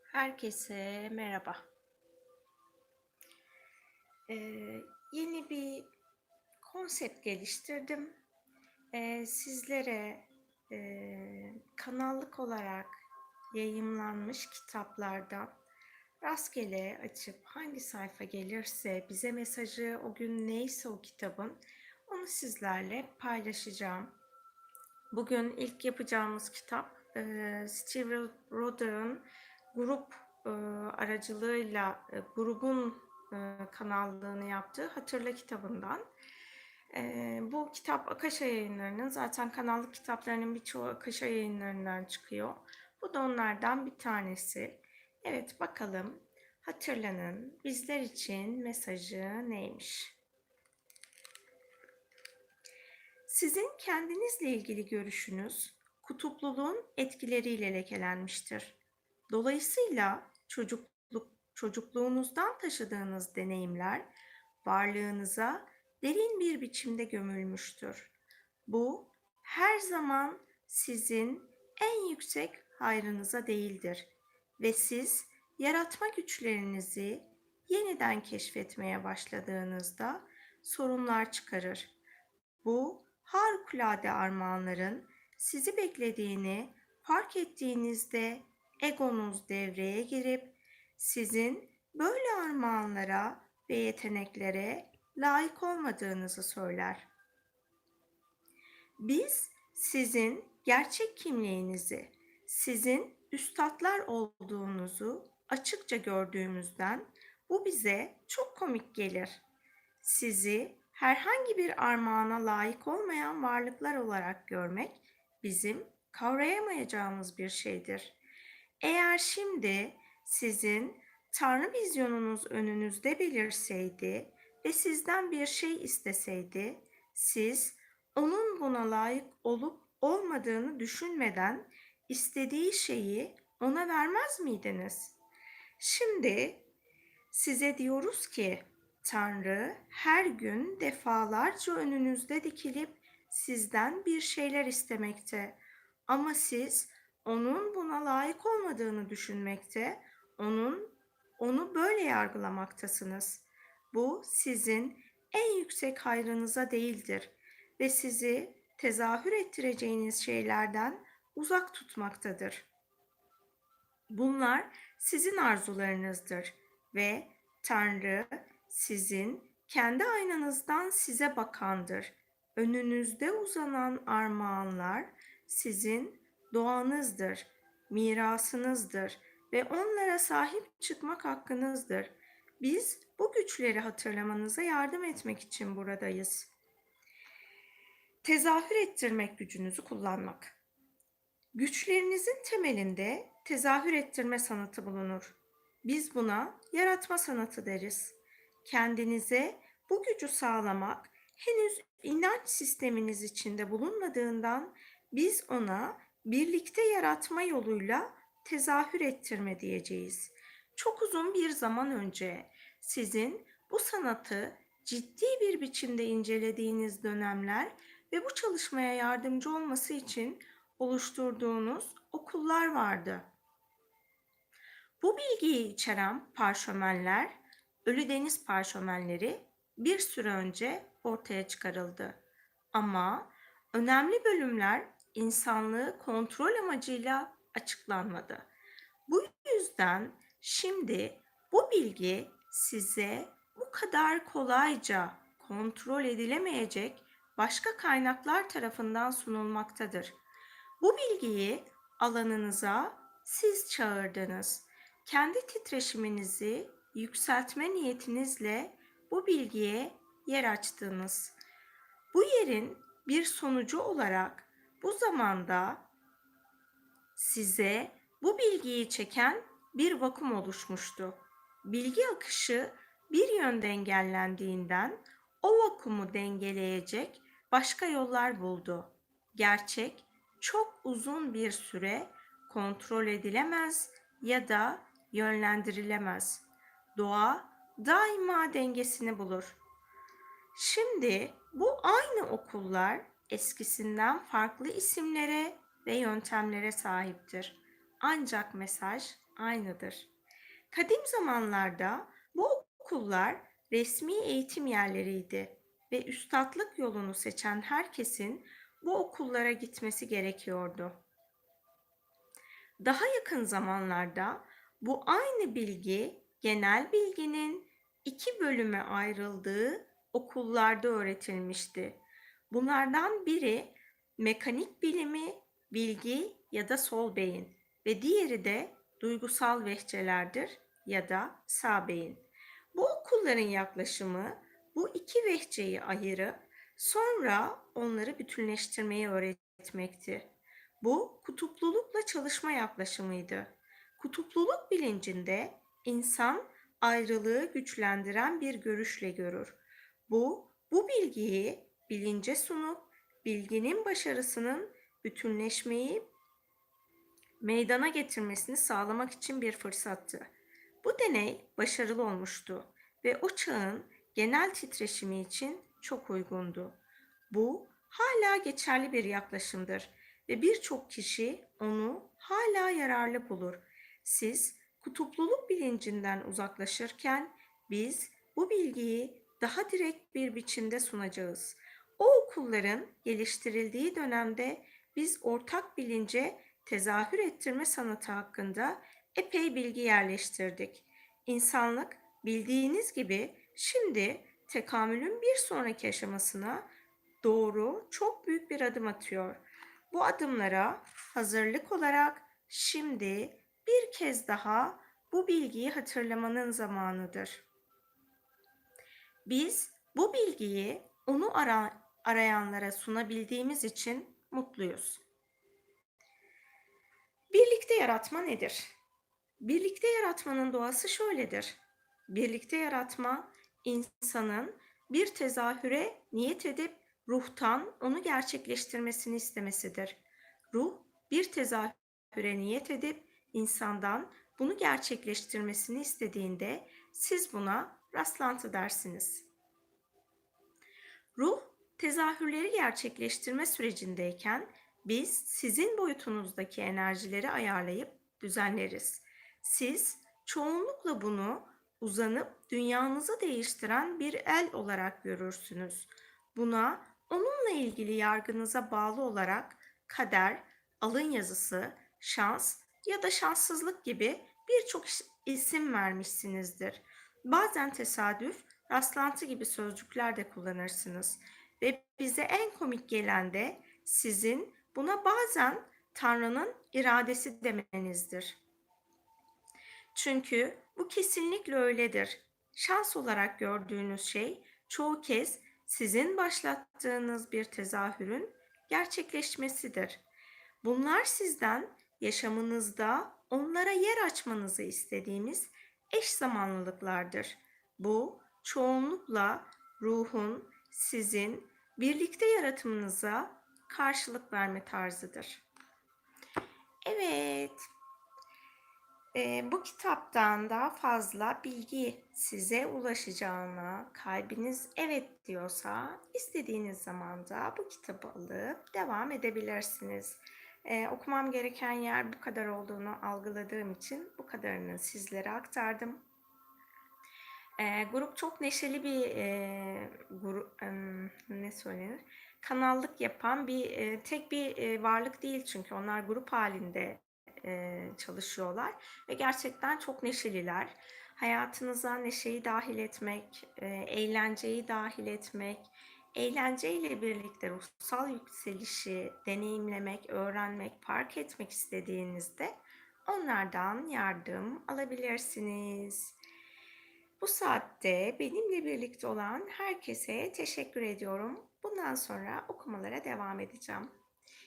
Herkese merhaba. Yeni bir konsept geliştirdim. Sizlere kanallık olarak yayımlanmış kitaplardan rastgele açıp hangi sayfa gelirse bize mesajı o gün neyse o kitabın onu sizlerle paylaşacağım. Bugün ilk yapacağımız kitap Steve Roder'ın grup aracılığıyla grubun kanallığını yaptığı Hatırla kitabından. Bu kitap Akasha Yayınları'nın, zaten kanallık kitaplarının birçoğu Akasha Yayınları'ndan çıkıyor. Bu da onlardan bir tanesi. Evet, bakalım Hatırla'nın bizler için mesajı neymiş? Sizin kendinizle ilgili görüşünüz kutupluluğun etkileriyle lekelenmiştir. Dolayısıyla çocukluğunuzdan taşıdığınız deneyimler varlığınıza derin bir biçimde gömülmüştür. Bu her zaman sizin en yüksek hayrınıza değildir ve siz yaratma güçlerinizi yeniden keşfetmeye başladığınızda sorunlar çıkarır. Bu harikulade armağanların sizi beklediğini fark ettiğinizde egonuz devreye girip sizin böyle armağanlara ve yeteneklere layık olmadığınızı söyler. Biz sizin gerçek kimliğinizi, sizin üstatlar olduğunuzu açıkça gördüğümüzden bu bize çok komik gelir. Sizi herhangi bir armağana layık olmayan varlıklar olarak görmek bizim kavrayamayacağımız bir şeydir. Eğer şimdi sizin Tanrı vizyonunuz önünüzde belirseydi ve sizden bir şey isteseydi, siz onun buna layık olup olmadığını düşünmeden istediği şeyi ona vermez miydiniz? Şimdi size diyoruz ki Tanrı her gün defalarca önünüzde dikilip sizden bir şeyler istemekte. Ama siz onun buna layık olmadığını düşünmekte, onu böyle yargılamaktasınız. Bu sizin en yüksek hayrınıza değildir ve sizi tezahür ettireceğiniz şeylerden uzak tutmaktadır. Bunlar sizin arzularınızdır ve Tanrı sizin kendi aynanızdan size bakandır. Önünüzde uzanan armağanlar sizin doğanızdır, mirasınızdır ve onlara sahip çıkmak hakkınızdır. Biz bu güçleri hatırlamanıza yardım etmek için buradayız. Tezahür ettirmek gücünüzü kullanmak. Güçlerinizin temelinde tezahür ettirme sanatı bulunur. Biz buna yaratma sanatı deriz. Kendinize bu gücü sağlamak henüz inanç sisteminiz içinde bulunmadığından biz ona birlikte yaratma yoluyla tezahür ettirme diyeceğiz. Çok uzun bir zaman önce sizin bu sanatı ciddi bir biçimde incelediğiniz dönemler ve bu çalışmaya yardımcı olması için oluşturduğunuz okullar vardı. Bu bilgiyi içeren parşömenler, Ölü Deniz parşömenleri bir süre önce ortaya çıkarıldı. Ama önemli bölümler insanlığı kontrol amacıyla açıklanmadı. Bu yüzden şimdi bu bilgi size bu kadar kolayca kontrol edilemeyecek başka kaynaklar tarafından sunulmaktadır. Bu bilgiyi alanınıza siz çağırdınız. Kendi titreşiminizi yükseltme niyetinizle bu bilgiye yer açtınız. Bu yerin bir sonucu olarak bu zamanda size bu bilgiyi çeken bir vakum oluşmuştu. Bilgi akışı bir yönde engellendiğinden o vakumu dengeleyecek başka yollar buldu. Gerçek çok uzun bir süre kontrol edilemez ya da yönlendirilemez. Doğa daima dengesini bulur. Şimdi bu aynı okullar eskisinden farklı isimlere ve yöntemlere sahiptir. Ancak mesaj aynıdır. Kadim zamanlarda bu okullar resmi eğitim yerleriydi ve üstatlık yolunu seçen herkesin bu okullara gitmesi gerekiyordu. Daha yakın zamanlarda bu aynı bilgi genel bilginin iki bölüme ayrıldığı okullarda öğretilmişti. Bunlardan biri mekanik bilimi, bilgi ya da sol beyin ve diğeri de duygusal vehçelerdir ya da sağ beyin. Bu okulların yaklaşımı bu iki vehçeyi ayırıp sonra onları bütünleştirmeyi öğretmekti. Bu kutuplulukla çalışma yaklaşımıydı. Kutupluluk bilincinde insan ayrılığı güçlendiren bir görüşle görür. Bu bilgiyi bilince sunup bilginin başarısının bütünleşmeyi meydana getirmesini sağlamak için bir fırsattı. Bu deney başarılı olmuştu ve o çağın genel titreşimi için çok uygundu. Bu hala geçerli bir yaklaşımdır ve birçok kişi onu hala yararlı bulur. Siz kutupluluk bilincinden uzaklaşırken biz bu bilgiyi daha direkt bir biçimde sunacağız. O okulların geliştirildiği dönemde biz ortak bilince tezahür ettirme sanatı hakkında epey bilgi yerleştirdik. İnsanlık bildiğiniz gibi şimdi tekamülün bir sonraki aşamasına doğru çok büyük bir adım atıyor. Bu adımlara hazırlık olarak şimdi bir kez daha bu bilgiyi hatırlamanın zamanıdır. Biz bu bilgiyi onu arayanlara sunabildiğimiz için mutluyuz. Birlikte yaratma nedir? Birlikte yaratmanın doğası şöyledir. Birlikte yaratma, insanın bir tezahüre niyet edip ruhtan onu gerçekleştirmesini istemesidir. Ruh, bir tezahüre niyet edip insandan bunu gerçekleştirmesini istediğinde siz buna rastlantı dersiniz. Ruh, tezahürleri gerçekleştirme sürecindeyken biz sizin boyutunuzdaki enerjileri ayarlayıp düzenleriz. Siz çoğunlukla bunu uzanıp dünyanızı değiştiren bir el olarak görürsünüz. Buna onunla ilgili yargınıza bağlı olarak kader, alın yazısı, şans ya da şanssızlık gibi birçok isim vermişsinizdir. Bazen tesadüf, rastlantı gibi sözcükler de kullanırsınız. Ve bize en komik gelen de sizin buna bazen Tanrı'nın iradesi demenizdir. Çünkü bu kesinlikle öyledir. Şans olarak gördüğünüz şey çoğu kez sizin başlattığınız bir tezahürün gerçekleşmesidir. Bunlar sizden yaşamınızda onlara yer açmanızı istediğimiz eş zamanlılıklardır. Bu çoğunlukla ruhun sizin birlikte yaratımınıza karşılık verme tarzıdır. Evet, bu kitaptan daha fazla bilgi size ulaşacağına kalbiniz evet diyorsa istediğiniz zaman da bu kitabı alıp devam edebilirsiniz. Okumam gereken yer bu kadar olduğunu algıladığım için bu kadarını sizlere aktardım. Grup çok neşeli bir grup, ne söylenir? Kanallık yapan tek bir varlık değil çünkü onlar grup halinde çalışıyorlar ve gerçekten çok neşeliler. Hayatınıza neşeyi dahil etmek, eğlenceyi dahil etmek, eğlenceyle birlikte ruhsal yükselişi deneyimlemek, öğrenmek, fark etmek istediğinizde onlardan yardım alabilirsiniz. Bu saatte benimle birlikte olan herkese teşekkür ediyorum. Bundan sonra okumalara devam edeceğim.